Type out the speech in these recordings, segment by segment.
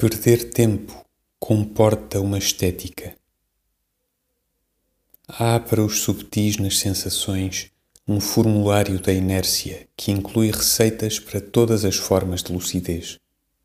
Perder tempo comporta uma estética. Há para os subtis nas sensações um formulário da inércia que inclui receitas para todas as formas de lucidez.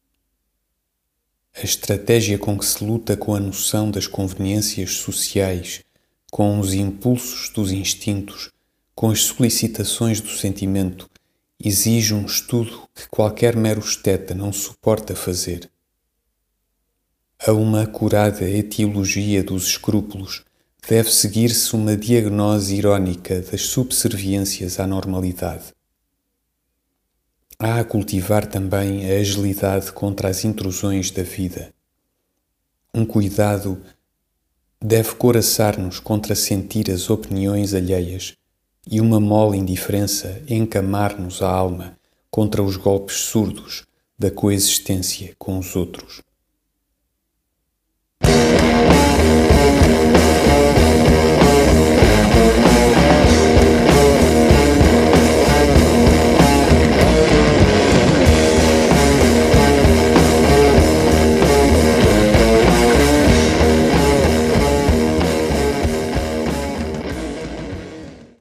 A estratégia com que se luta com a noção das conveniências sociais, com os impulsos dos instintos, com as solicitações do sentimento, exige um estudo que qualquer mero esteta não suporta fazer. A uma acurada etiologia dos escrúpulos deve seguir-se uma diagnose irónica das subserviências à normalidade. Há a cultivar também a agilidade contra as intrusões da vida. Um cuidado deve coraçar-nos contra sentir as opiniões alheias e uma mole indiferença encamar-nos a alma contra os golpes surdos da coexistência com os outros.